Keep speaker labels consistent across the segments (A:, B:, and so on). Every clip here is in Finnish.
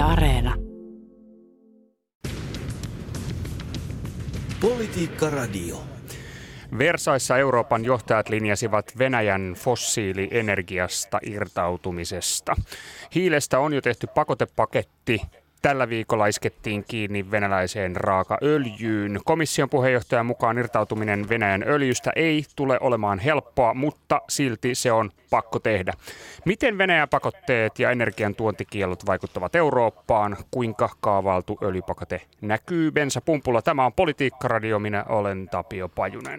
A: Areena.
B: Politiikka Radio.
C: Versaissa Euroopan johtajat linjasivat Venäjän fossiilienergiasta irtautumisesta. Hiilestä on jo tehty pakotepaketti. Tällä viikolla iskettiin kiinni venäläiseen raakaöljyyn. Komission puheenjohtajan mukaan irtautuminen Venäjän öljystä ei tule olemaan helppoa, mutta silti se on pakko tehdä. Miten Venäjän pakotteet ja energian tuontikiellot vaikuttavat Eurooppaan? Kuinka kaavailtu öljypakote näkyy bensapumpulla? Tämä on Politiikka Radio. Minä olen Tapio Pajunen.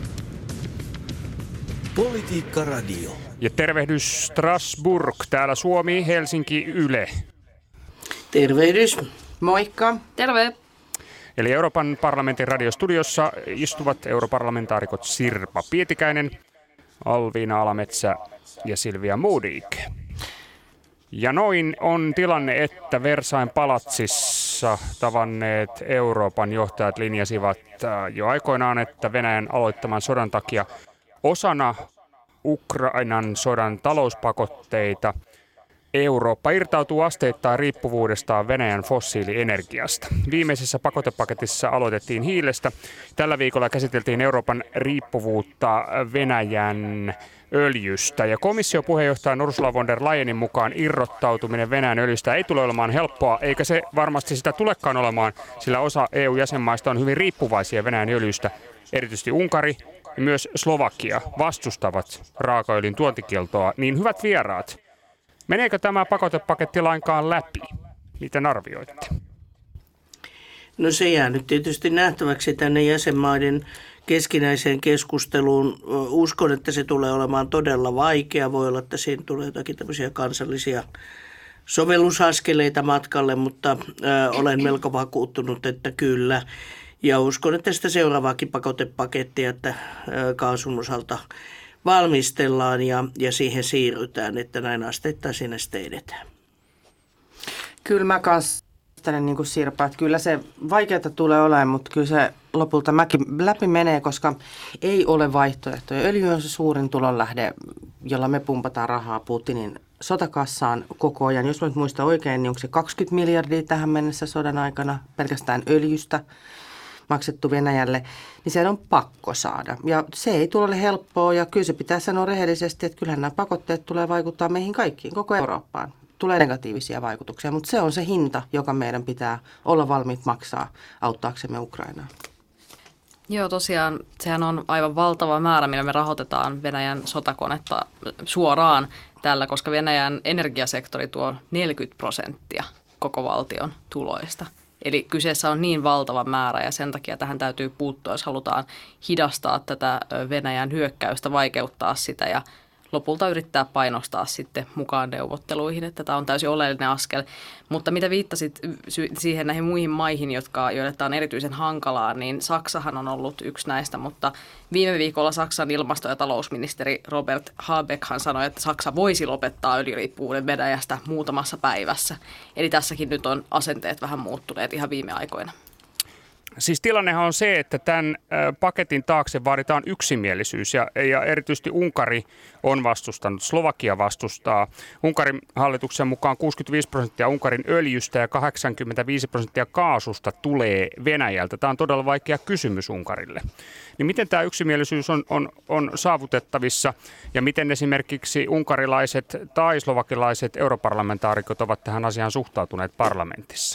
B: Politiikka Radio.
C: Ja tervehdys Strasbourg. Täällä Suomi, Helsinki, Yle.
D: Tervehdys. Moikka.
E: Terve.
C: Eli Euroopan parlamentin radiostudiossa istuvat europarlamentaarikot Sirpa Pietikäinen, Alviina Alametsä ja Silvia Modig. Ja noin on tilanne, että Versain palatsissa tavanneet Euroopan johtajat linjasivat jo aikoinaan, että Venäjän aloittaman sodan takia osana Ukrainan sodan talouspakotteita Eurooppa irtautuu asteittain riippuvuudestaan Venäjän fossiilienergiasta. Viimeisessä pakotepaketissa aloitettiin hiilestä. Tällä viikolla käsiteltiin Euroopan riippuvuutta Venäjän öljystä. Ja komission puheenjohtaja Ursula von der Leyenin mukaan irrottautuminen Venäjän öljystä ei tule olemaan helppoa, eikä se varmasti sitä tulekaan olemaan, sillä osa EU-jäsenmaista on hyvin riippuvaisia Venäjän öljystä. Erityisesti Unkari ja myös Slovakia vastustavat raakaöljyn tuontikieltoa. Niin hyvät vieraat, meneekö tämä pakotepaketti lainkaan läpi? Miten arvioitte?
D: No se jää nyt tietysti nähtäväksi tänne jäsenmaiden keskinäiseen keskusteluun. Uskon, että se tulee olemaan todella vaikea. Voi olla, että siinä tulee jotakin tämmöisiä kansallisia sovellusaskeleita matkalle, mutta olen melko vakuuttunut, että kyllä. Ja uskon, että sitä seuraavaakin pakotepakettia, että kaasun osalta valmistellaan ja siihen siirrytään, että näin asteittain siinä sitten edetään.
E: Kyllä mä kanssa niin kuin Sirpa, että kyllä se vaikeaa tulee olemaan, mutta kyllä se lopulta läpi menee, koska ei ole vaihtoehtoja. Öljy on se suurin tulonlähde, jolla me pumpataan rahaa Putinin sotakassaan koko ajan. Jos mä nyt muistan oikein, niin onko se 20 miljardia tähän mennessä sodan aikana pelkästään öljystä maksettu Venäjälle, niin se on pakko saada. Ja se ei tule ole helppoa, ja kyllä se pitää sanoa rehellisesti, että kyllähän nämä pakotteet tulee vaikuttaa meihin kaikkiin, koko Eurooppaan. Tulee negatiivisia vaikutuksia, mutta se on se hinta, joka meidän pitää olla valmiit maksaa auttaaksemme Ukrainaa.
F: Joo, tosiaan sehän on aivan valtava määrä, millä me rahoitetaan Venäjän sotakonetta suoraan tällä, koska Venäjän energiasektori tuo 40% koko valtion tuloista. Eli kyseessä on niin valtava määrä ja sen takia tähän täytyy puuttua, jos halutaan hidastaa tätä Venäjän hyökkäystä, vaikeuttaa sitä ja lopulta yrittää painostaa sitten mukaan neuvotteluihin, että tämä on täysin oleellinen askel. Mutta mitä viittasit siihen näihin muihin maihin, joille tämä on erityisen hankalaa, niin Saksahan on ollut yksi näistä, mutta viime viikolla Saksan ilmasto- ja talousministeri Robert Habeckhan sanoi, että Saksa voisi lopettaa öljyriippuvuuden Venäjästä muutamassa päivässä. Eli tässäkin nyt on asenteet vähän muuttuneet ihan viime aikoina.
C: Siis tilannehan on se, että tämän paketin taakse vaaditaan yksimielisyys ja erityisesti Unkari on vastustanut, Slovakia vastustaa. Unkarin hallituksen mukaan 65% Unkarin öljystä ja 85% kaasusta tulee Venäjältä. Tämä on todella vaikea kysymys Unkarille. Niin miten tämä yksimielisyys on saavutettavissa ja miten esimerkiksi unkarilaiset tai slovakilaiset europarlamentaarikot ovat tähän asiaan suhtautuneet parlamentissa?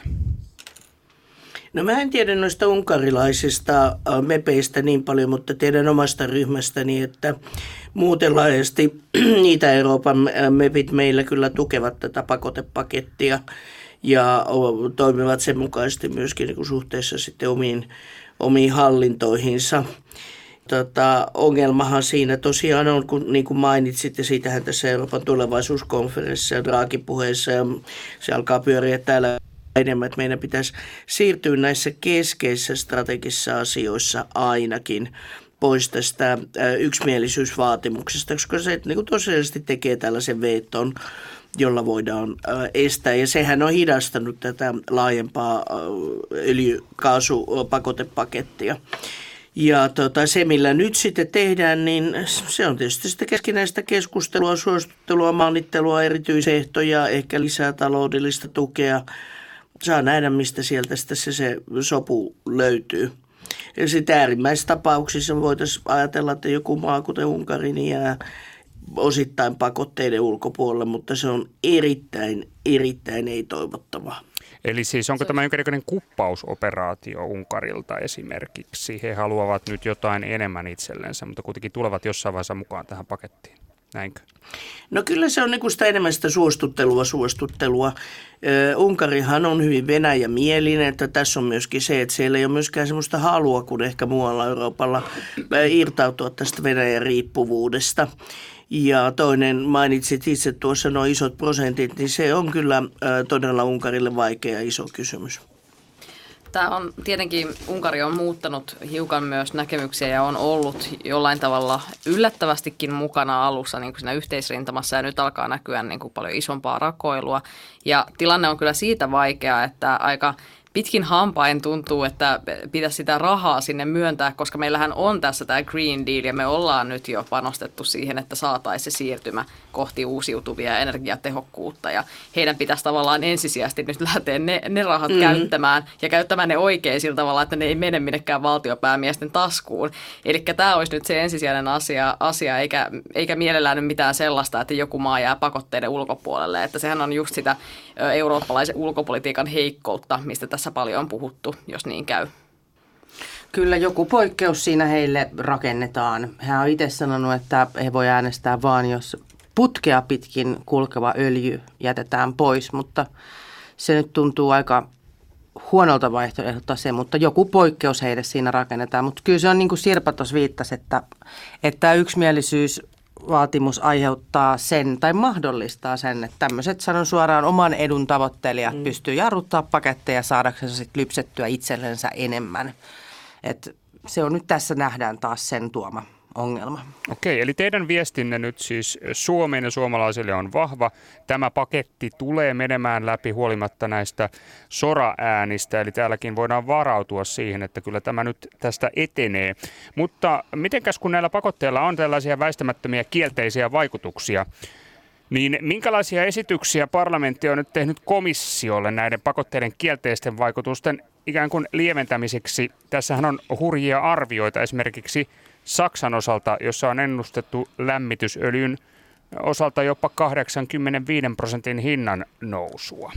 D: No mä en tiedä noista unkarilaisista mepeistä niin paljon, mutta tiedän omasta ryhmästäni, että muuten laajasti niitä Euroopan mepit meillä kyllä tukevat tätä pakotepakettia ja toimivat sen mukaisesti myöskin niin kuin suhteessa sitten omiin hallintoihinsa. Ongelmahan siinä tosiaan on, kun niin kuin mainitsit, ja siitähän tässä Euroopan tulevaisuuskonferenssissa ja Draghi-puheessa, ja se alkaa pyöriä täällä enemmän, että meidän pitäisi siirtyä näissä keskeisissä strategisissa asioissa ainakin pois tästä yksimielisyysvaatimuksesta, koska se niin kuin tosiaalisesti tekee tällaisen veton, jolla voidaan estää. Ja sehän on hidastanut tätä laajempaa öljykaasupakotepakettia. Ja se, millä nyt sitten tehdään, niin se on tietysti sitä keskinäistä keskustelua, suostuttelua, mallittelua, erityisehtoja, ehkä lisää taloudellista tukea. Saa nähdä, mistä sieltä se sopu löytyy. Ja sitten äärimmäisissä tapauksissa voitaisiin ajatella, että joku maa, kuten Unkari, niin jää osittain pakotteiden ulkopuolelle, mutta se on erittäin ei-toivottavaa.
C: Eli siis onko tämä jonkinlainen kuppausoperaatio Unkarilta esimerkiksi? He haluavat nyt jotain enemmän itsellensä, mutta kuitenkin tulevat jossain vaiheessa mukaan tähän pakettiin. Näinkö?
D: No kyllä se on niin kuin sitä enemmän sitä suostuttelua. Unkarihan on hyvin Venäjämielinen, että tässä on myöskin se, että siellä ei ole myöskään sellaista halua kuin ehkä muualla Euroopalla irtautua tästä Venäjän riippuvuudesta. Ja toinen, mainitsit itse tuossa nuo isot prosentit, niin se on kyllä todella Unkarille vaikea iso kysymys.
F: Tämä on tietenkin, Unkari on muuttanut hiukan myös näkemyksiä ja on ollut jollain tavalla yllättävästikin mukana alussa niin kuin siinä yhteisrintamassa ja nyt alkaa näkyä niin kuin paljon isompaa rakoilua. Ja tilanne on kyllä siitä vaikea, että aika pitkin hampain tuntuu, että pitäisi sitä rahaa sinne myöntää, koska meillähän on tässä tämä Green Deal ja me ollaan nyt jo panostettu siihen, että saataisiin se siirtymä kohti uusiutuvia energiatehokkuutta ja heidän pitäisi tavallaan ensisijaisesti nyt lähteä ne rahat käyttämään ja käyttämään ne oikein sillä tavalla, että ne ei mene minnekään valtiopäämiesten taskuun. Eli tämä olisi nyt se ensisijainen asia eikä mielellään nyt mitään sellaista, että joku maa jää pakotteiden ulkopuolelle, että sehän on just sitä eurooppalaisen ulkopolitiikan heikkoutta, mistä tässä paljon on puhuttu, jos niin käy.
E: Kyllä joku poikkeus siinä heille rakennetaan. Hän on itse sanonut, että he voi äänestää vaan, jos putkea pitkin kulkeva öljy jätetään pois, mutta se nyt tuntuu aika huonolta vaihtoehdolta se, mutta joku poikkeus heille siinä rakennetaan. Mutta kyllä se on niin kuin Sirpa tuossa viittasi, että yksimielisyysvaatimus aiheuttaa sen tai mahdollistaa sen, että tämmöiset sanon suoraan oman edun tavoittelijat pystyy jarruttaa paketteja saadakseen sitten lypsettyä itsellensä enemmän. Et se on nyt tässä nähdään taas sen tuoma ongelma.
C: Okei, eli teidän viestinne nyt siis Suomeen ja suomalaisille on vahva. Tämä paketti tulee menemään läpi huolimatta näistä soraäänistä, eli täälläkin voidaan varautua siihen, että kyllä tämä nyt tästä etenee. Mutta mitenkäs kun näillä pakotteilla on tällaisia väistämättömiä kielteisiä vaikutuksia, niin minkälaisia esityksiä parlamentti on nyt tehnyt komissiolle näiden pakotteiden kielteisten vaikutusten ikään kuin lieventämiseksi? Tässähän on hurjia arvioita esimerkiksi Saksan osalta, jossa on ennustettu lämmitysöljyn osalta jopa 85% hinnan nousua.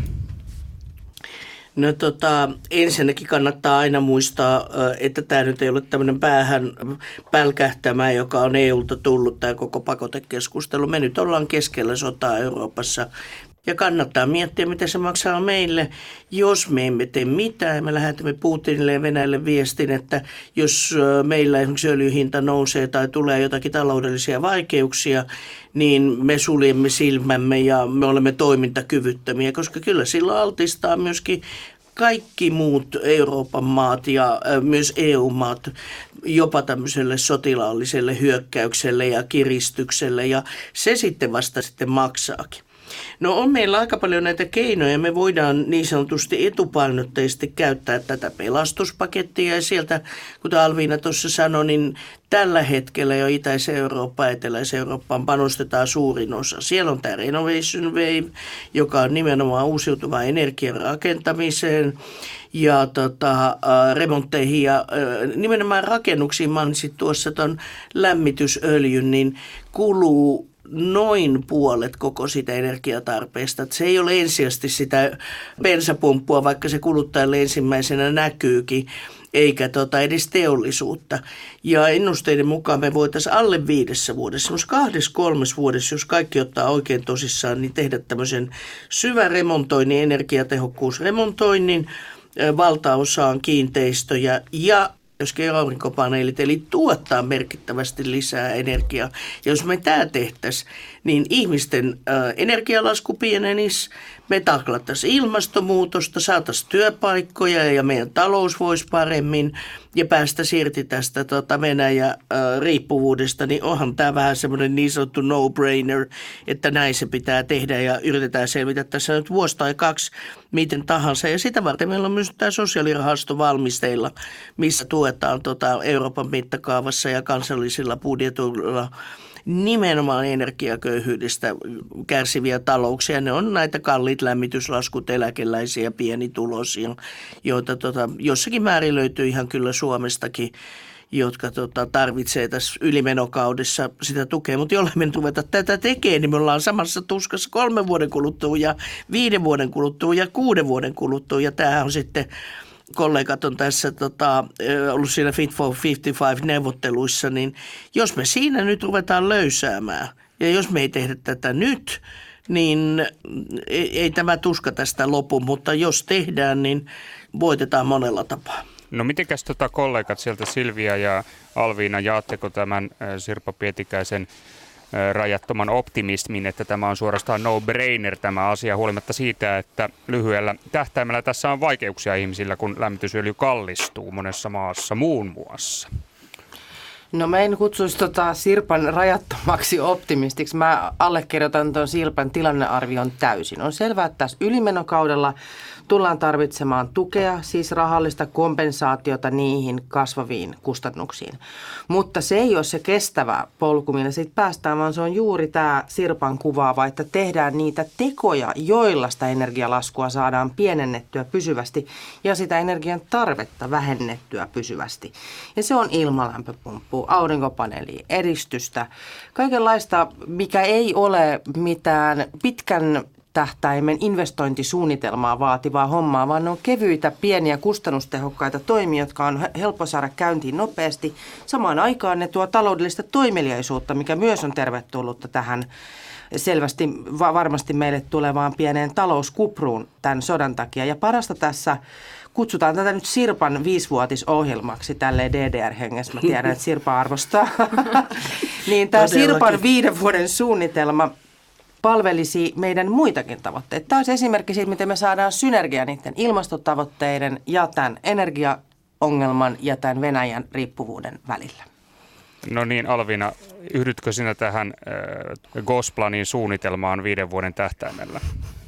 D: No ensinnäkin kannattaa aina muistaa, että tämä nyt ei ole tämmöinen päähän pälkähtämä, joka on EUlta tullut tämä koko pakotekeskustelu. Me nyt ollaan keskellä sotaa Euroopassa ja kannattaa miettiä, mitä se maksaa meille, jos me emme tee mitään. Me lähetämme Putinille ja Venäjälle viestin, että jos meillä esimerkiksi öljyhinta nousee tai tulee jotakin taloudellisia vaikeuksia, niin me suljemme silmämme ja me olemme toimintakyvyttömiä, koska kyllä sillä altistaa myöskin kaikki muut Euroopan maat ja myös EU-maat jopa tämmöiselle sotilaalliselle hyökkäykselle ja kiristykselle ja se sitten vasta maksaakin. No on meillä aika paljon näitä keinoja. Me voidaan niin sanotusti etupainotteisesti käyttää tätä pelastuspakettia ja sieltä, kuten Alviina tuossa sanoi, niin tällä hetkellä jo Itäisen Eurooppaan ja Eteläisen Eurooppaan panostetaan suurin osa. Siellä on tämä Renovation Wave, joka on nimenomaan uusiutuvan energian rakentamiseen ja remontteihin ja nimenomaan rakennuksiin. Mainitsit tuossa tuon lämmitysöljyn, niin kuluu noin puolet koko sitä energiatarpeesta. Että se ei ole ensisijaisesti sitä bensapumppua, vaikka se kuluttajalle ensimmäisenä näkyykin, eikä edes teollisuutta. Ja ennusteiden mukaan me voitaisiin alle 5 vuodessa, myös 2-3 vuodessa, jos kaikki ottaa oikein tosissaan, niin tehdä tämmöisen syvän remontoinnin, energiatehokkuusremontoinnin, valtaosaan kiinteistöjä ja joskin aurinkopaneelit, eli tuottaa merkittävästi lisää energiaa. Ja jos me tämä tehtäisiin, niin ihmisten energialasku pienenisi, me taklattaisiin ilmastonmuutosta, saataisiin työpaikkoja ja meidän talous voisi paremmin ja päästä irti tästä Venäjä-riippuvuudesta, niin onhan tämä vähän semmoinen niin sanottu no-brainer, että näin se pitää tehdä ja yritetään selvitä tässä nyt vuosi tai kaksi miten tahansa. Ja sitä varten meillä on myös tämä sosiaalirahasto valmisteilla, missä tuetaan Euroopan mittakaavassa ja kansallisilla budjetuilla nimenomaan energiaköyhyydestä kärsiviä talouksia. Ne on näitä kalliit lämmityslaskut, eläkeläisiä, pienituloisia, joita jossakin määrin löytyy ihan kyllä Suomestakin, jotka tarvitsee tässä ylimenokaudessa sitä tukea. Mutta jollei me ruveta tätä tekemään, niin me ollaan samassa tuskassa 3 vuoden kuluttua ja 5 vuoden kuluttua ja 6 vuoden kuluttua. Ja tämähän on sitten, kollegat on tässä ollut siinä Fit for 55-neuvotteluissa, niin jos me siinä nyt ruvetaan löysäämään ja jos me ei tehdä tätä nyt, niin ei tämä tuska tästä lopu, mutta jos tehdään, niin voitetaan monella tapaa.
C: No mitenkäs kollegat sieltä Silvia ja Alviina, jaatteko tämän Sirpa Pietikäisen rajattoman optimismin, että tämä on suorastaan no-brainer tämä asia, huolimatta siitä, että lyhyellä tähtäimellä tässä on vaikeuksia ihmisillä, kun lämmitysöljy kallistuu monessa maassa muun muassa?
E: No mä en kutsuisi Sirpan rajattomaksi optimistiksi. Mä allekirjoitan tuon Sirpan tilannearvion täysin. On selvää, että tässä ylimenokaudella tullaan tarvitsemaan tukea, siis rahallista kompensaatiota niihin kasvaviin kustannuksiin. Mutta se ei ole se kestävä polku, millä siitä päästään, vaan se on juuri tämä Sirpan kuvaava, että tehdään niitä tekoja, joilla sitä energialaskua saadaan pienennettyä pysyvästi ja sitä energian tarvetta vähennettyä pysyvästi. Ja se on ilmalämpöpumppu, aurinkopaneeli, eristystä, kaikenlaista, mikä ei ole mitään pitkän tähtäimen investointisuunnitelmaa vaativaa hommaa, vaan ne on kevyitä, pieniä, kustannustehokkaita toimia, jotka on helppo saada käyntiin nopeasti. Samaan aikaan ne tuo taloudellista toimeliaisuutta, mikä myös on tervetullutta tähän selvästi varmasti meille tulevaan pieneen talouskupruun tämän sodan takia. Ja parasta tässä, kutsutaan tätä nyt Sirpan 5-vuotisohjelmaksi tälleen DDR-hengessä. Mä tiedän, että Sirpa arvostaa. Niin tämä Sirpan 5 vuoden suunnitelma palvelisi meidän muitakin tavoitteita. Tämä olisi esimerkki siitä, miten me saadaan synergia niiden ilmastotavoitteiden ja tämän energiaongelman ja tämän Venäjän riippuvuuden välillä.
C: No niin, Alviina, yhdytkö sinä tähän Gosplanin suunnitelmaan 5 vuoden tähtäimellä?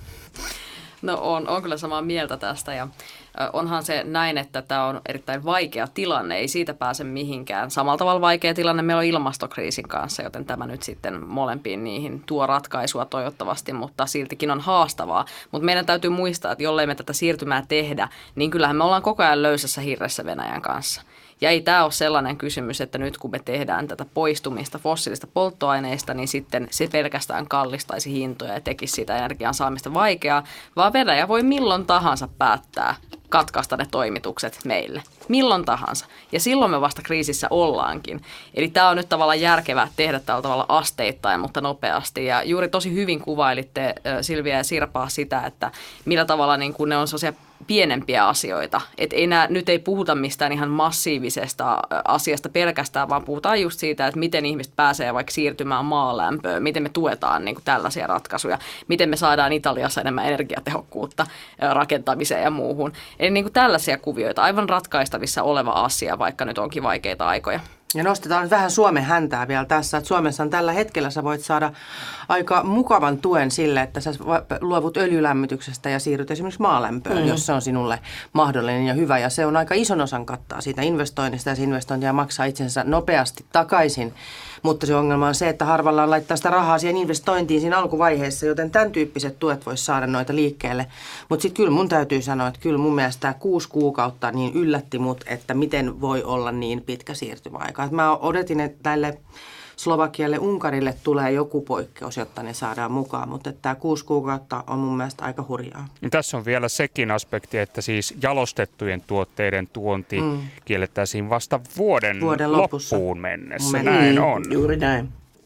F: No on kyllä samaa mieltä tästä ja onhan se näin, että tämä on erittäin vaikea tilanne, ei siitä pääse mihinkään. Samalla tavalla vaikea tilanne meillä on ilmastokriisin kanssa, joten tämä nyt sitten molempiin niihin tuo ratkaisua toivottavasti, mutta siltikin on haastavaa. Mutta meidän täytyy muistaa, että jollei me tätä siirtymää tehdä, niin kyllähän me ollaan koko ajan löysässä hirressä Venäjän kanssa. Ja ei tämä ole sellainen kysymys, että nyt kun me tehdään tätä poistumista fossiilista polttoaineista, niin sitten se pelkästään kallistaisi hintoja ja tekisi siitä energian saamista vaikeaa, vaan Venäjä voi milloin tahansa päättää katkaista ne toimitukset meille. Milloin tahansa. Ja silloin me vasta kriisissä ollaankin. Eli tämä on nyt tavallaan järkevää tehdä tällä tavalla asteittain, mutta nopeasti. Ja juuri tosi hyvin kuvailitte Silvia ja Sirpaa sitä, että millä tavalla niin kun ne on sellaisia pienempiä asioita. Että nyt ei puhuta mistään ihan massiivisesta asiasta pelkästään, vaan puhutaan just siitä, että miten ihmiset pääsee vaikka siirtymään maalämpöön, miten me tuetaan niin kuin tällaisia ratkaisuja, miten me saadaan Italiassa enemmän energiatehokkuutta rakentamiseen ja muuhun. Eli niin kuin tällaisia kuvioita, aivan ratkaistavissa oleva asia, vaikka nyt onkin vaikeita aikoja.
E: Ja nostetaan nyt vähän Suomen häntää vielä tässä, että Suomessa tällä hetkellä sä voit saada aika mukavan tuen sille, että sä luovut öljylämmityksestä ja siirryt esimerkiksi maalämpöön, jos se on sinulle mahdollinen ja hyvä. Ja se on aika ison osan kattaa siitä investoinnista ja se investointia maksaa itsensä nopeasti takaisin. Mutta se ongelma on se, että harvalla on laittaa sitä rahaa siihen investointiin siinä alkuvaiheessa, joten tämän tyyppiset tuet voisi saada noita liikkeelle. Mutta sitten kyllä mun täytyy sanoa, että kyllä mun mielestä tämä 6 kuukautta niin yllätti mut, että miten voi olla niin pitkä siirtymäaika. Et mä odotin, että tälle Slovakialle, Unkarille tulee joku poikkeus, jotta ne saadaan mukaan, mutta tämä 6 kuukautta on mun mielestä aika hurjaa.
C: Tässä on vielä sekin aspekti, että siis jalostettujen tuotteiden tuonti kiellettäisiin vasta vuoden loppuun mennessä. Näin on.
D: Juuri näin.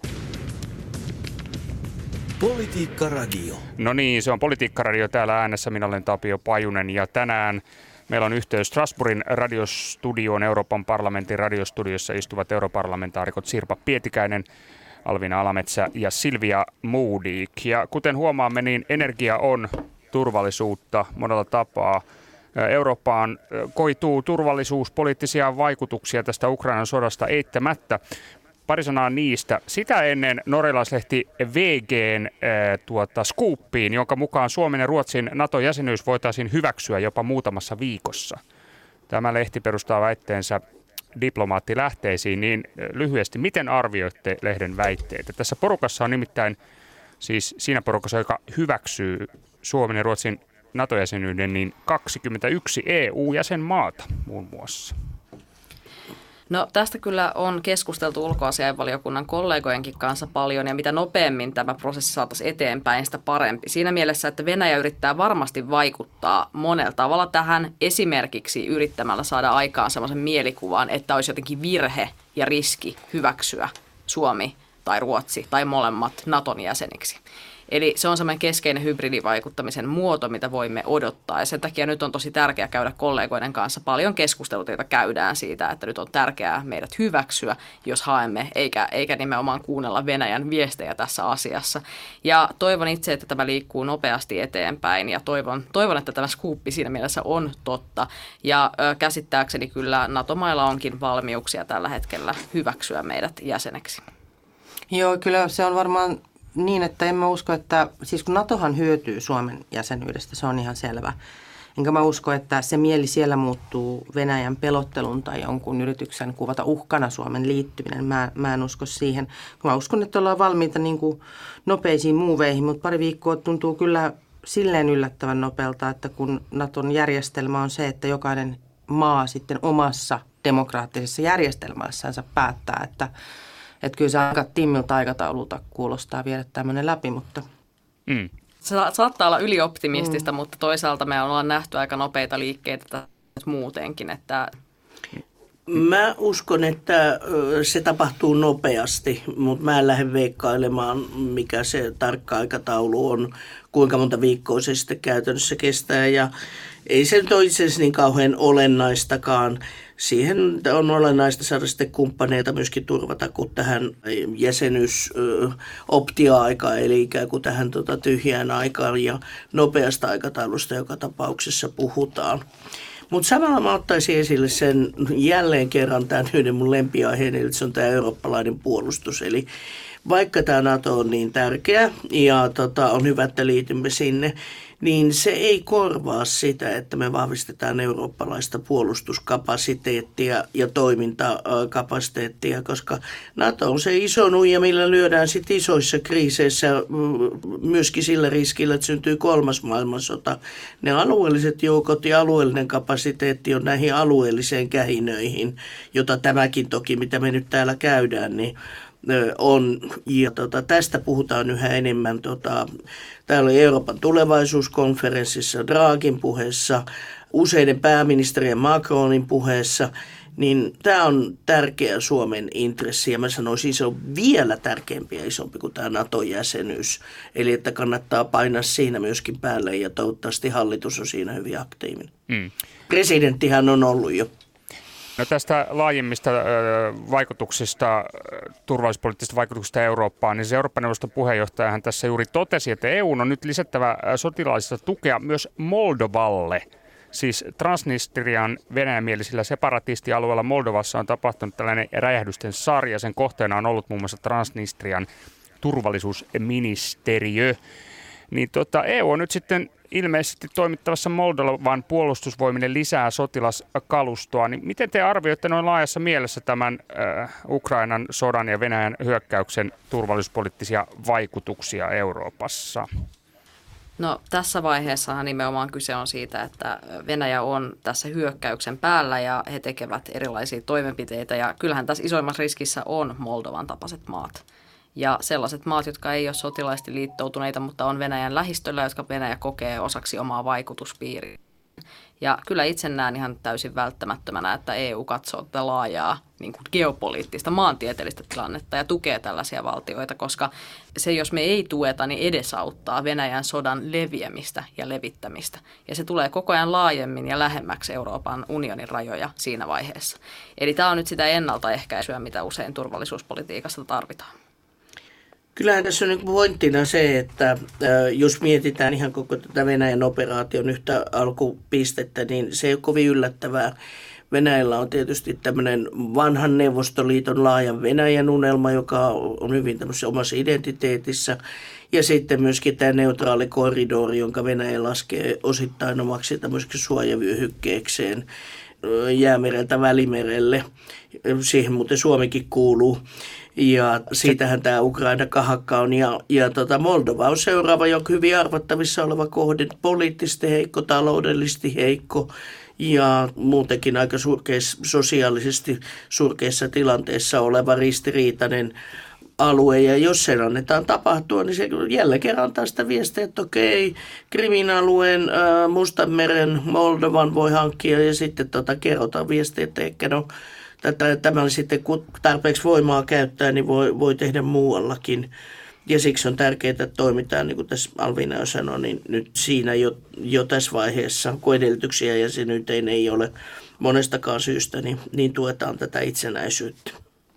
B: Politiikka Radio.
C: No niin, se on Politiikka Radio täällä äänessä. Minä olen Tapio Pajunen ja tänään meillä on yhteys Strasbourgin radiostudioon. Euroopan parlamentin radiostudiossa istuvat europarlamentaarikot Sirpa Pietikäinen, Alviina Alametsä ja Silvia Modig. Ja kuten huomaamme, niin energia on turvallisuutta monella tapaa. Eurooppaan koituu turvallisuuspoliittisia vaikutuksia tästä Ukrainan sodasta eittämättä. Pari sanaa niistä. Sitä ennen norjalaislehti VG:n skuuppiin, jonka mukaan Suomen ja Ruotsin NATO-jäsenyys voitaisiin hyväksyä jopa muutamassa viikossa. Tämä lehti perustaa väitteensä diplomaattilähteisiin, niin lyhyesti, miten arvioitte lehden väitteitä? Tässä porukassa on nimittäin, siis siinä porukassa, joka hyväksyy Suomen ja Ruotsin NATO-jäsenyyden, niin 21 EU-jäsenmaata muun muassa.
F: No tästä kyllä on keskusteltu ulkoasiainvaliokunnan kollegojenkin kanssa paljon, ja mitä nopeammin tämä prosessi saataisiin eteenpäin, sitä parempi. Siinä mielessä, että Venäjä yrittää varmasti vaikuttaa monella tavalla tähän, esimerkiksi yrittämällä saada aikaan sellaisen mielikuvan, että olisi jotenkin virhe ja riski hyväksyä Suomi tai Ruotsi tai molemmat Naton jäseniksi. Eli se on semmoinen keskeinen hybridivaikuttamisen muoto, mitä voimme odottaa. Ja sen takia nyt on tosi tärkeää käydä kollegoiden kanssa paljon keskusteluita, joita käydään siitä, että nyt on tärkeää meidät hyväksyä, jos haemme, eikä nimenomaan kuunnella Venäjän viestejä tässä asiassa. Ja toivon itse, että tämä liikkuu nopeasti eteenpäin, ja toivon että tämä skuuppi siinä mielessä on totta. Ja käsittääkseni kyllä NATO-mailla onkin valmiuksia tällä hetkellä hyväksyä meidät jäseneksi.
E: Joo, kyllä se on varmaan niin, että en mä usko, että siis kun NATOhan hyötyy Suomen jäsenyydestä, se on ihan selvä. Enkä mä usko, että se mieli siellä muuttuu Venäjän pelottelun tai jonkun yrityksen kuvata uhkana Suomen liittyminen. Mä en usko siihen. Mä uskon, että ollaan valmiita niin kuin nopeisiin muuveihin, mutta pari viikkoa tuntuu kyllä silleen yllättävän nopealta, että kun NATOn järjestelmä on se, että jokainen maa sitten omassa demokraattisessa järjestelmässänsä päättää, että kyllä se aika timmiltä aikataululta kuulostaa viedä tämmöinen läpi, mutta
F: Se saattaa olla ylioptimistista, mutta toisaalta me ollaan nähty aika nopeita liikkeitä muutenkin. Että
D: Mä uskon, että se tapahtuu nopeasti, mutta mä en lähde veikkailemaan, mikä se tarkka aikataulu on, kuinka monta viikkoa se sitten käytännössä kestää. Ja ei se nyt ole itse asiassa niin kauhean olennaistakaan. Siihen on olennaista saada sitten kumppaneita myöskin turvata, kun tähän jäsenyysoptio-aikaan, eli ikään kuin tähän tyhjään aikaan ja nopeasta aikataulusta joka tapauksessa puhutaan. Mutta samalla mä ottaisin esille sen jälleen kerran tämän yhden mun lempiaiheen, eli se on tämä eurooppalainen puolustus. Eli vaikka tämä NATO on niin tärkeä ja on hyvä, että liitymme sinne, niin se ei korvaa sitä, että me vahvistetaan eurooppalaista puolustuskapasiteettia ja toimintakapasiteettia, koska NATO on se iso nuija, millä lyödään sitten isoissa kriiseissä myöskin sillä riskillä, että syntyy kolmas maailmansota. Ne alueelliset joukot ja alueellinen kapasiteetti on näihin alueelliseen kähinöihin, jota tämäkin toki, mitä me nyt täällä käydään, niin on. Ja tästä puhutaan yhä enemmän. Täällä oli Euroopan tulevaisuuskonferenssissa, Draghin puheessa, useiden pääministerien Macronin puheessa, niin tämä on tärkeä Suomen intressi ja mä sanoisin, se on vielä tärkeämpi ja isompi kuin tämä NATO-jäsenyys. Eli että kannattaa painaa siinä myöskin päälle ja toivottavasti hallitus on siinä hyvin aktiivinen. Presidenttihän on ollut jo.
C: No tästä laajemmista vaikutuksista, turvallisuuspoliittisista vaikutuksista Eurooppaan, niin se Eurooppa-neuvoston puheenjohtajahan tässä juuri totesi, että EU on nyt lisättävä sotilaallista tukea myös Moldovalle. Siis Transnistrian venäjämielisillä separatistialueella Moldovassa on tapahtunut tällainen räjähdysten sarja. Sen kohteena on ollut muun muassa Transnistrian turvallisuusministeriö. Niin EU on nyt sitten ilmeisesti toimittavassa Moldovan puolustusvoimille lisää sotilaskalustoa. Niin miten te arvioitte noin laajassa mielessä tämän Ukrainan sodan ja Venäjän hyökkäyksen turvallisuuspoliittisia vaikutuksia Euroopassa?
F: No tässä vaiheessahan nimenomaan kyse on siitä, että Venäjä on tässä hyökkäyksen päällä ja he tekevät erilaisia toimenpiteitä. Ja kyllähän tässä isoimmassa riskissä on Moldovan tapaiset maat. Ja sellaiset maat, jotka ei ole sotilaisesti liittoutuneita, mutta on Venäjän lähistöllä, jotka Venäjä kokee osaksi omaa vaikutuspiiriä. Ja kyllä itse näen ihan täysin välttämättömänä, että EU katsoo tätä laajaa niin kuin geopoliittista, maantieteellistä tilannetta ja tukee tällaisia valtioita, koska se, jos me ei tueta, niin edesauttaa Venäjän sodan leviämistä ja levittämistä. Ja se tulee koko ajan laajemmin ja lähemmäksi Euroopan unionin rajoja siinä vaiheessa. Eli tämä on nyt sitä ennaltaehkäisyä, mitä usein turvallisuuspolitiikassa tarvitaan.
D: Kyllähän tässä on niin pointtina se, että jos mietitään ihan koko tätä Venäjän operaation yhtä alkupistettä, niin se ei ole kovin yllättävää. Venäjällä on tietysti tämmöinen vanhan Neuvostoliiton laajan Venäjän unelma, joka on hyvin tämmöisessä omassa identiteetissä. Ja sitten myöskin tämä neutraali korridori, jonka Venäjä laskee osittain omaksi tämmöiseksi suojavyöhykkeekseen Jäämereltä Välimerelle. Siihen muuten Suomikin kuuluu. Ja siitähän tämä Ukraina-kahakka on. Ja Moldova on seuraava, joka hyvin arvattavissa oleva kohde. Poliittisesti heikko, taloudellisesti heikko ja muutenkin aika sosiaalisesti surkeassa tilanteessa oleva ristiriitainen alue. Ja jos sen annetaan tapahtua, niin se jälleen kerran antaa sitä viestiä, että okei, Krimin alueen, Mustanmeren, Moldovan voi hankkia ja sitten kerrotaan viestiä, että ehkä tämä sitten kun tarpeeksi voimaa käyttää, niin voi tehdä muuallakin. Ja siksi on tärkeää, että toimitaan, niin kuin tässä Alviina jo sanoi, niin nyt siinä jo tässä vaiheessa, kun edellytyksiä jäsenyyteen ei ole monestakaan syystä, niin tuetaan tätä itsenäisyyttä.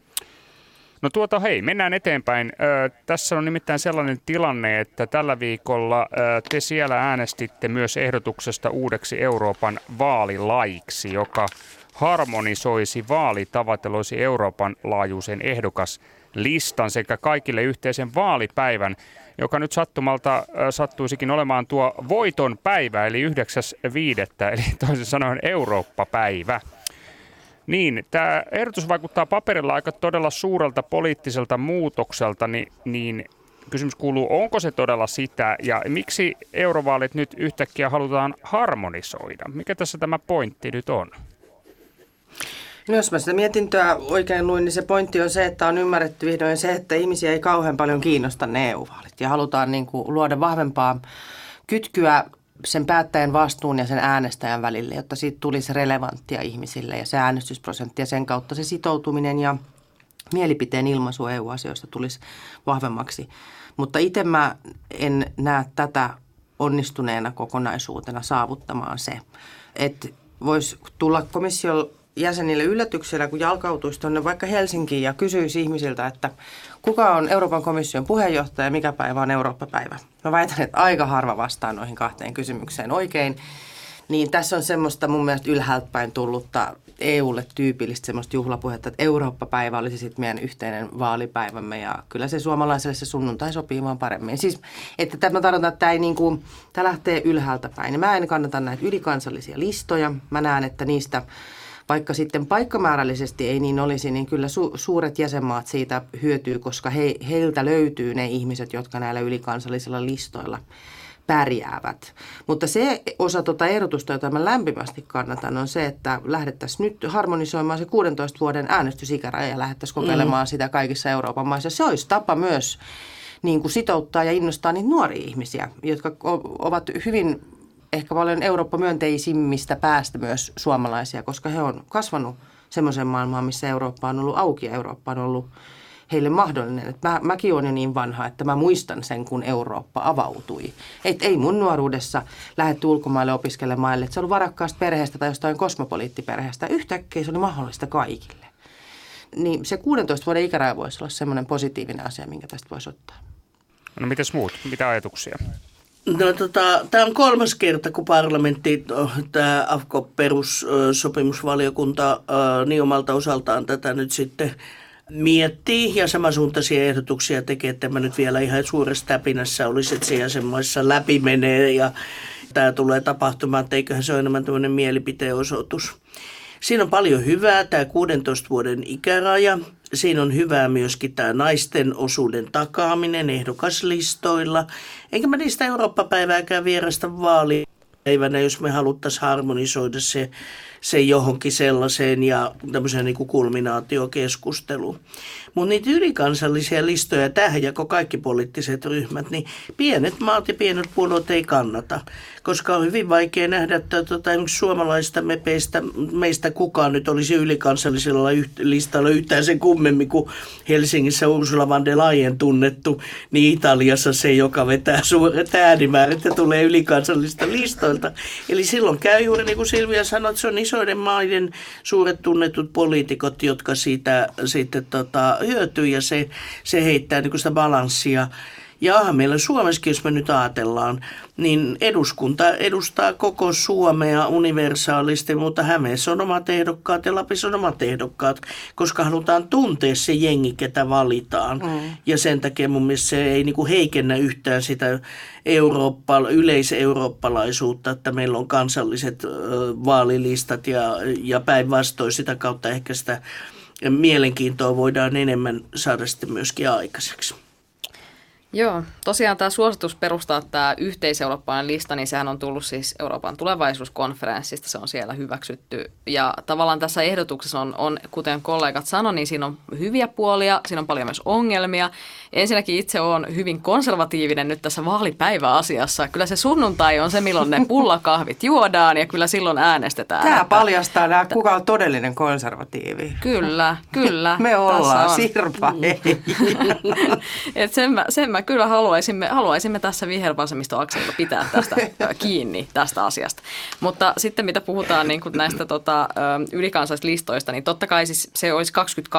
C: No hei, mennään eteenpäin. Tässä on nimittäin sellainen tilanne, että tällä viikolla te siellä äänestitte myös ehdotuksesta uudeksi Euroopan vaalilaiksi, joka harmonisoisi vaalitavat ja loisi Euroopan laajuisen ehdokaslistan sekä kaikille yhteisen vaalipäivän, joka nyt sattumalta sattuisikin olemaan tuo voiton päivä, eli 9.5., eli toisin sanoen Eurooppa-päivä. Niin, tämä ehdotus vaikuttaa paperilla aika todella suurelta poliittiselta muutokselta, niin kysymys kuuluu, onko se todella sitä ja miksi eurovaalit nyt yhtäkkiä halutaan harmonisoida? Mikä tässä tämä pointti nyt on?
E: No jos mä sitä mietintöä oikein luin, niin se pointti on se, että on ymmärretty vihdoin se, että ihmisiä ei kauhean paljon kiinnosta ne EU-vaalit ja halutaan niin kuin luoda vahvempaa kytkyä sen päättäjän vastuun ja sen äänestäjän välille, jotta siitä tulisi relevanttia ihmisille ja se äänestysprosentti ja sen kautta se sitoutuminen ja mielipiteen ilmaisu EU-asioista tulisi vahvemmaksi. Mutta itse mä en näe tätä onnistuneena kokonaisuutena saavuttamaan se, että voisi tulla komission jäsenille yllätyksellä, kun jalkautuisi tuonne vaikka Helsinkiin ja kysyisi ihmisiltä, että kuka on Euroopan komission puheenjohtaja ja mikä päivä on Eurooppa-päivä. Mä väitän, että aika harva vastaa noihin kahteen kysymykseen oikein. Niin tässä on semmoista mun mielestä ylhäältä päin tullutta EUlle tyypillistä semmoista juhlapuhetta, että Eurooppa-päivä olisi sitten meidän yhteinen vaalipäivämme ja kyllä se suomalaiselle se sunnuntai sopii vaan paremmin. Siis, että mä tarkoitan, että tämä lähtee ylhäältä päin. Ja mä en kannata näitä ylikansallisia listoja. Mä näen, että niistä vaikka sitten paikkamäärällisesti ei niin olisi, niin kyllä suuret jäsenmaat siitä hyötyy, koska heiltä löytyy ne ihmiset, jotka näillä ylikansallisilla listoilla pärjäävät. Mutta se osa ehdotusta, jota mä lämpimästi kannatan, on se, että lähdettäisiin nyt harmonisoimaan se 16 vuoden äänestysikäraja ja lähdettäisiin kokeilemaan sitä kaikissa Euroopan maissa. Se olisi tapa myös niin kuin sitouttaa ja innostaa niitä nuoria ihmisiä, jotka ovat hyvin ehkä paljon Eurooppa-myönteisimmistä päästä myös suomalaisia, koska he on kasvanut semmoiseen maailmaan, missä Eurooppa on ollut auki ja Eurooppa on ollut heille mahdollinen. Että mäkin olen jo niin vanha, että mä muistan sen, kun Eurooppa avautui. Et ei mun nuoruudessa lähdetty ulkomaille opiskelemaan, että se oli varakkaasta perheestä tai jostain kosmopoliittiperheestä. Yhtäkkiä se oli mahdollista kaikille. Niin se 16 vuoden ikäraja voisi olla semmoinen positiivinen asia, minkä tästä voisi ottaa.
C: No mites muut? Mitä ajatuksia?
D: No tämä on 3. kerta, kun parlamentti, tämä AFKO-perussopimusvaliokunta niin omalta osaltaan tätä nyt sitten miettii ja samansuuntaisia ehdotuksia tekee, että tämä nyt vielä ihan suuressa täpinässä olisi, että se jäsenmaissa läpi menee ja tämä tulee tapahtumaan, että eiköhän se ole enemmän tämmöinen mielipiteen osoitus. Siinä on paljon hyvää, tämä 16 vuoden ikäraja. Siinä on hyvää myöskin tämä naisten osuuden takaaminen ehdokaslistoilla. Enkä mä niistä Eurooppa-päivääkään vierasta vaalipäivänä, jos me haluttaisiin harmonisoida se johonkin sellaiseen ja tämmöiseen niin kuin kulminaatiokeskusteluun. Mutta niitä ylikansallisia listoja, tähän jako kaikki poliittiset ryhmät, niin pienet maat ja pienet puolueet ei kannata. Koska on hyvin vaikea nähdä, että esimerkiksi suomalaisista meistä kukaan nyt olisi ylikansallisella listalla yhtään sen kummemmin kuin Helsingissä Ursula von der Leyen tunnettu, niin Italiassa se, joka vetää suuret äänimäärät ja tulee ylikansallisista listoilta. puolelta. Eli silloin käy juuri niin kuin Silvia sanoi, että se on isoiden maiden suuret tunnetut poliitikot, jotka siitä sitten hyötyy ja se heittää niin kuin sitä balanssia. Ja meillä Suomessakin, jos me nyt ajatellaan, niin eduskunta edustaa koko Suomea universaalisti, mutta Hämeessä on omat ehdokkaat ja Lapissa on omat ehdokkaat, koska halutaan tuntea se jengi, ketä valitaan. Ja sen takia mun mielestä se ei niinku heikennä yhtään sitä yleiseurooppalaisuutta, että meillä on kansalliset vaalilistat ja päinvastoin sitä kautta ehkä sitä mielenkiintoa voidaan enemmän saada sitten myöskin aikaiseksi.
F: Joo, tosiaan tämä suositus perustaa tämä yhteiseurooppalainen lista, niin sehän on tullut siis Euroopan tulevaisuuskonferenssista, se on siellä hyväksytty. Ja tavallaan tässä ehdotuksessa on kuten kollegat sanoi, niin siinä on hyviä puolia, siinä on paljon myös ongelmia. Ensinnäkin itse olen hyvin konservatiivinen nyt tässä vaalipäiväasiassa. Kyllä se sunnuntai on se, milloin ne pullakahvit juodaan ja kyllä silloin äänestetään.
E: Tämä paljastaa kuka on todellinen konservatiivi.
F: Kyllä.
E: Me ollaan, Sirpa, ei.
F: Et sen mä kyllä haluaisimme tässä vihervasemmistoakselilla pitää tästä kiinni tästä asiasta. Mutta sitten mitä puhutaan niin kuin näistä ylikansallisista listoista, niin totta kai siis se olisi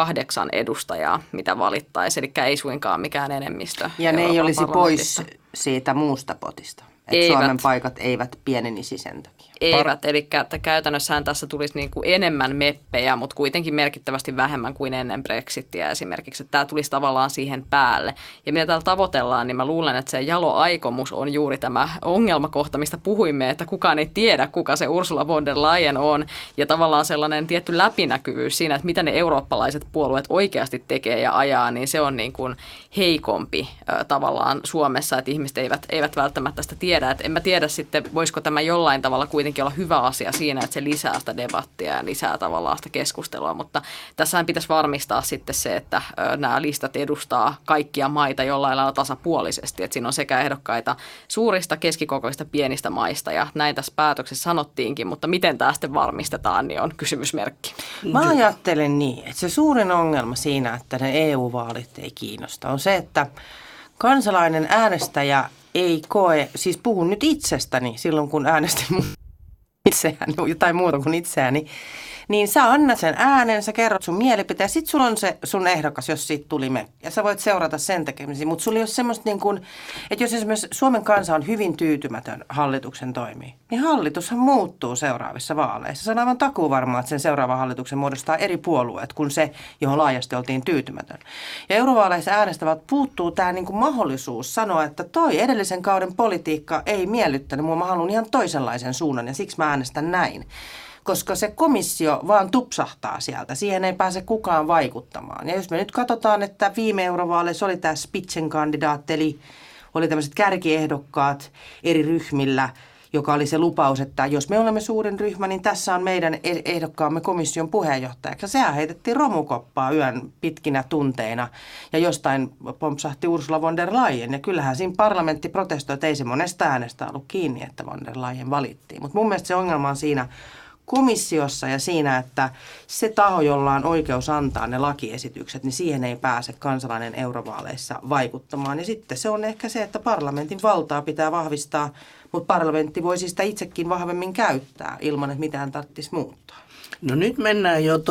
F: 28 edustajaa, mitä valittaisiin, eli ei suinkaan mikään enemmistö.
E: Ja ne ei olisi pois siitä muusta potista. Että Suomen paikat eivät pienenisi sen takia.
F: Eivät, eli käytännössähän tässä tulisi niin kuin enemmän meppejä, mutta kuitenkin merkittävästi vähemmän kuin ennen Brexitiä esimerkiksi. Että tämä tulisi tavallaan siihen päälle. Ja mitä täällä tavoitellaan, niin mä luulen, että se jalo aikomus on juuri tämä ongelmakohta, mistä puhuimme, että kukaan ei tiedä, kuka se Ursula von der Leyen on. Ja tavallaan sellainen tietty läpinäkyvyys siinä, että mitä ne eurooppalaiset puolueet oikeasti tekee ja ajaa, niin se on niin kuin heikompi tavallaan Suomessa, että ihmiset eivät välttämättä sitä tiedä. Että en mä tiedä sitten, voisiko tämä jollain tavalla kuitenkin olla hyvä asia siinä, että se lisää sitä debattia ja lisää tavallaan sitä keskustelua, mutta tässähän pitäisi varmistaa sitten se, että nämä listat edustaa kaikkia maita jollain lailla tasapuolisesti, että siinä on sekä ehdokkaita suurista, keskikokoista, pienistä maista ja näin tässä päätöksessä sanottiinkin, mutta miten tämä sitten varmistetaan, niin on kysymysmerkki.
E: Mä ajattelen niin, että se suurin ongelma siinä, että ne EU-vaalit ei kiinnosta, on se, että kansalainen äänestäjä ei koe, siis puhun nyt itsestäni silloin, kun äänestin itseäni tai muuta kuin itseäni, niin sä annat sen äänen, sä kerrot sun mielipiteen, sit sulla on se sun ehdokas, jos siitä tuli me. Ja sä voit seurata sen tekemisiä, mutta sulla ei ole semmoista niin kuin, että jos esimerkiksi Suomen kansa on hyvin tyytymätön hallituksen toimiin, niin hallitushan muuttuu seuraavissa vaaleissa. Se on aivan takuuvarmaa, että sen seuraavan hallituksen muodostaa eri puolueet kuin se, johon laajasti oltiin tyytymätön. Ja eurovaaleissa äänestävät puuttuu tämä niin kuin mahdollisuus sanoa, että toi edellisen kauden politiikka ei miellyttänyt, mä haluan ihan toisenlaisen suunnan ja siksi mä äänestän näin. Koska se komissio vaan tupsahtaa sieltä. Siihen ei pääse kukaan vaikuttamaan. Ja jos me nyt katsotaan, että viime eurovaaleissa oli tämä Spitzenkandidaat, eli oli tämmöiset kärkiehdokkaat eri ryhmillä, joka oli se lupaus, että jos me olemme suurin ryhmä, niin tässä on meidän ehdokkaamme komission puheenjohtajaksi. Ja sehän heitettiin romukoppaa yön pitkinä tunteina ja jostain pompsahti Ursula von der Leyen. Ja kyllähän siinä parlamentti protestoi, että ei se monesta äänestä ollut kiinni, että von der Leyen valittiin. Mutta mun mielestä se ongelma on siinä komissiossa ja siinä, että se taho, jolla on oikeus antaa ne lakiesitykset, niin siihen ei pääse kansalainen eurovaaleissa vaikuttamaan. Ja sitten se on ehkä se, että parlamentin valtaa pitää vahvistaa, mutta parlamentti voisi sitä itsekin vahvemmin käyttää ilman, että mitään tarvitsisi muuttaa.
D: No nyt mennään jo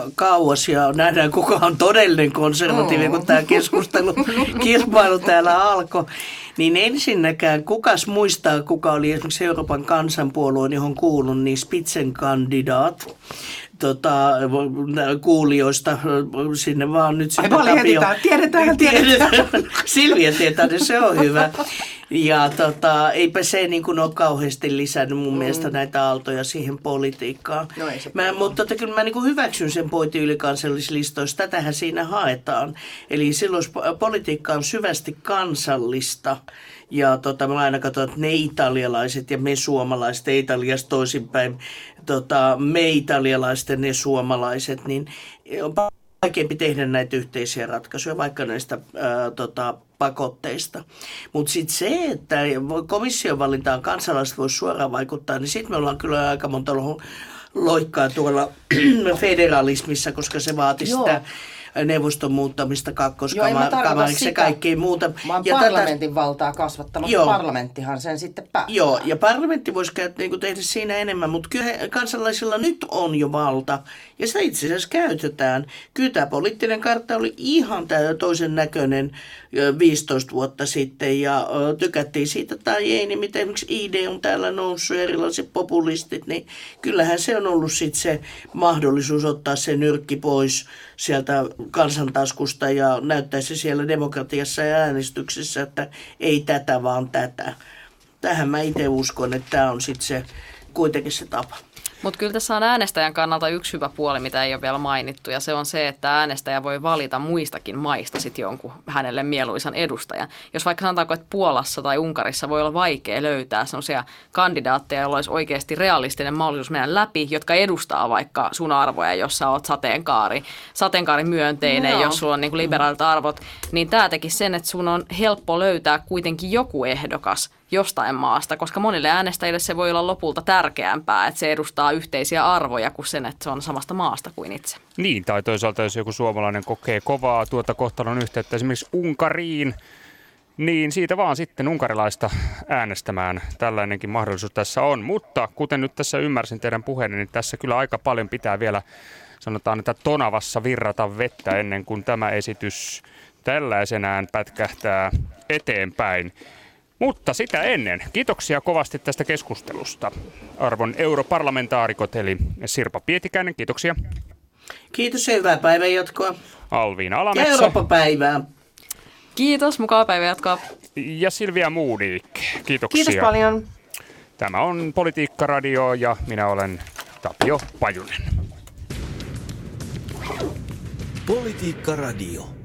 D: kauas ja nähdään, kuka on todellinen konservatiivi, kun tämä kilpailu täällä alkoi. Niin ensinnäkään, kukas muistaa, kuka oli esimerkiksi Euroopan kansanpuolueen, johon kuulun, niin Spitzenkandidaat. Kuulijoista sinne vaan nyt sitten Tapio.
E: Tiedetään.
D: Silvia tietää, niin se on hyvä. Ja eipä se niin kuin ole kauheasti lisännyt mun mielestä näitä aaltoja siihen politiikkaan.
E: No ei se
D: mutta kyllä mä niin kuin hyväksyn sen pointin ylikansallislistoista. Tätähän siinä haetaan. Eli silloin politiikka on syvästi kansallista. Ja mä aina katson, että ne italialaiset ja me suomalaiset, ei Italiasta toisinpäin, me italialaiset ja ne suomalaiset, niin on vaikeampi tehdä näitä yhteisiä ratkaisuja, vaikka näistä pakotteista. Mutta sitten se, että komission valintaan kansalaiset voisi suoraan vaikuttaa, niin sitten me ollaan kyllä aika monta loikkaa tuolla federalismissa, koska se vaati sitä neuvoston muuttamista
E: Joo, en mä
D: kakkoskamariksi
E: tarkoita
D: ja
E: sitä,
D: kaikkea muuta.
E: vaan
D: Ja
E: parlamentin valtaa kasvattamassa.
D: Joo.
E: Parlamenttihan sen sitten päättää.
D: Joo, ja parlamentti voisi niin tehdä siinä enemmän, mutta kyllä kansalaisilla nyt on jo valta, ja sitä itse asiassa käytetään. Kyllä tämä poliittinen kartta oli ihan toisen näköinen 15 vuotta sitten, ja tykättiin siitä tai ei, niin mitä esimerkiksi ID on täällä noussut, erilaiset populistit, niin kyllähän se on ollut sitten se mahdollisuus ottaa se nyrkki pois sieltä kansantaskusta ja näyttää se siellä demokratiassa ja äänestyksessä, että ei tätä vaan tätä. Tähän mä itse uskon, että tämä on sitten se, kuitenkin se tapa.
F: Mutta kyllä tässä on äänestäjän kannalta yksi hyvä puoli, mitä ei ole vielä mainittu, ja se on se, että äänestäjä voi valita muistakin maista sitten jonkun hänelle mieluisan edustajan. Jos vaikka sanotaanko, että Puolassa tai Unkarissa voi olla vaikea löytää sellaisia kandidaatteja, joilla olisi oikeasti realistinen mahdollisuus mennä läpi, jotka edustaa vaikka sun arvoja, jos sä oot sateenkaarimyönteinen, jos sulla on niin kuin liberaalit arvot, niin tämä teki sen, että sun on helppo löytää kuitenkin joku ehdokas jostain maasta, koska monille äänestäjille se voi olla lopulta tärkeämpää, että se edustaa yhteisiä arvoja kuin sen, että se on samasta maasta kuin itse.
C: Niin, tai toisaalta jos joku suomalainen kokee kovaa tuota kohtalon yhteyttä esimerkiksi Unkariin, niin siitä vaan sitten unkarilaista äänestämään. Tällainenkin mahdollisuus tässä on, mutta kuten nyt tässä ymmärsin teidän puheenne, niin tässä kyllä aika paljon pitää vielä, sanotaan, että tonavassa virrata vettä ennen kuin tämä esitys tällaisenään pätkähtää eteenpäin. Mutta sitä ennen, kiitoksia kovasti tästä keskustelusta. Arvon europarlamentaarikot, eli Sirpa Pietikäinen, kiitoksia.
D: Kiitos ja hyvää päivänjatkoa.
C: Alviina
D: Ja
C: Alametsä.
D: Eurooppa-päivää.
F: Kiitos, mukava päivänjatkoa.
C: Ja Silvia Modig, kiitoksia.
E: Kiitos paljon.
C: Tämä on Politiikka Radio ja minä olen Tapio Pajunen.
B: Politiikka Radio.